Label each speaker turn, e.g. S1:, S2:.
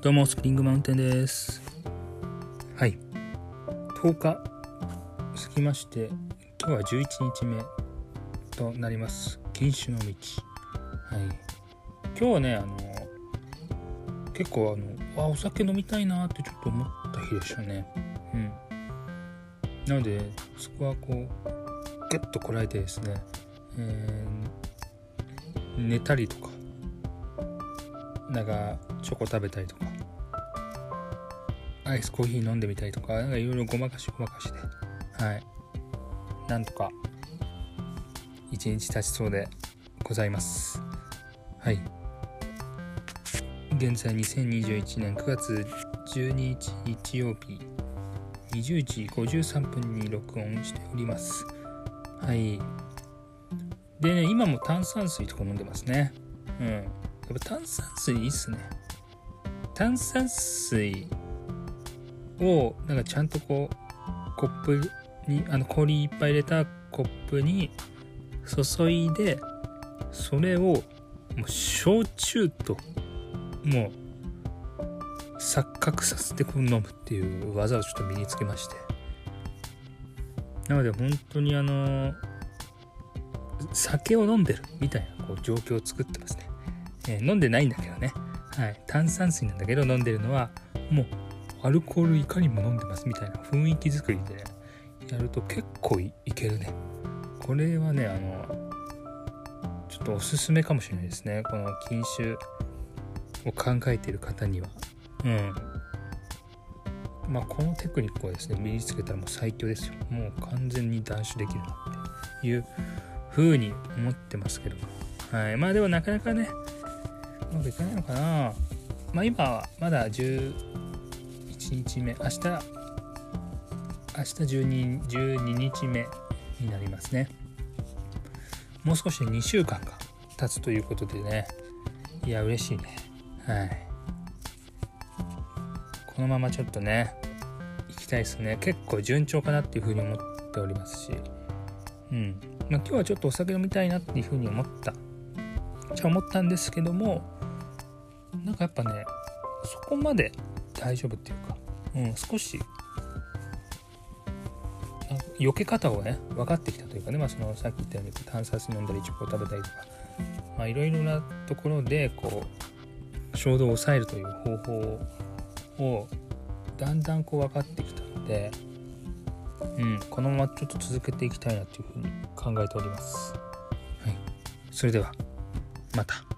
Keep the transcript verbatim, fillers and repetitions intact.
S1: どうもスプリングマウンテンです。はい、とおか過ぎまして、今日はじゅういちにちめとなります。禁酒の道。はい、今日はね、あの結構あのあお酒飲みたいなってちょっと思った日でしたね。うんなのでそこはこうゲッとこらえてですね、えー、寝たりとかなんかチョコ食べたりとかアイスコーヒー飲んでみたりとか、なんかいろいろごまかしごまかしで、はい、なんとか一日経ちそうでございます。はい。現在にせんにじゅういちねんくがつじゅうににち日曜日にじゅうじごじゅうさんぷんに録音しております。はい。でね、今も炭酸水とか飲んでますね。うん。やっぱ炭酸水いいっすね。炭酸水をなんかちゃんとこうコップにあの氷いっぱい入れたコップに注いで、それをもう焼酎ともう錯覚させてこう飲むっていう技をちょっと身につけまして、なので本当にあの酒を飲んでるみたいなこう状況を作ってますね。えー、飲んでないんだけどね、はい、炭酸水なんだけど飲んでるのはもうアルコールいかにも飲んでますみたいな雰囲気作りでねやると結構 い, いけるね。これはね、あのちょっとおすすめかもしれないですね、この禁酒を考えている方には。うんまあこのテクニックをですね身につけたらもう最強ですよ。もう完全に断酒できるなっていう風に思ってますけども、はい、まあでもなかなかねうまくいかないのかな。まあ今はまだじゅういちにちめ、明日明日じゅうににちめになりますね。もう少しでにしゅうかんが経つということでね、いや嬉しいね。はい、このままちょっとね行きたいですね。結構順調かなっていうふうに思っておりますし、うんまあ、今日はちょっとお酒飲みたいなっていうふうに思ったじゃあ思ったんですけども、なんかやっぱねそこまで大丈夫っていうか、うん、少し避け方をね分かってきたというかね、まあ、そのさっき言ったように炭酸水飲んだりチョコを食べたりとか、まあいろいろなところでこう衝動を抑えるという方法をだんだんこう分かってきたので、うん、このままちょっと続けていきたいなというふうに考えております。はい、それではまた。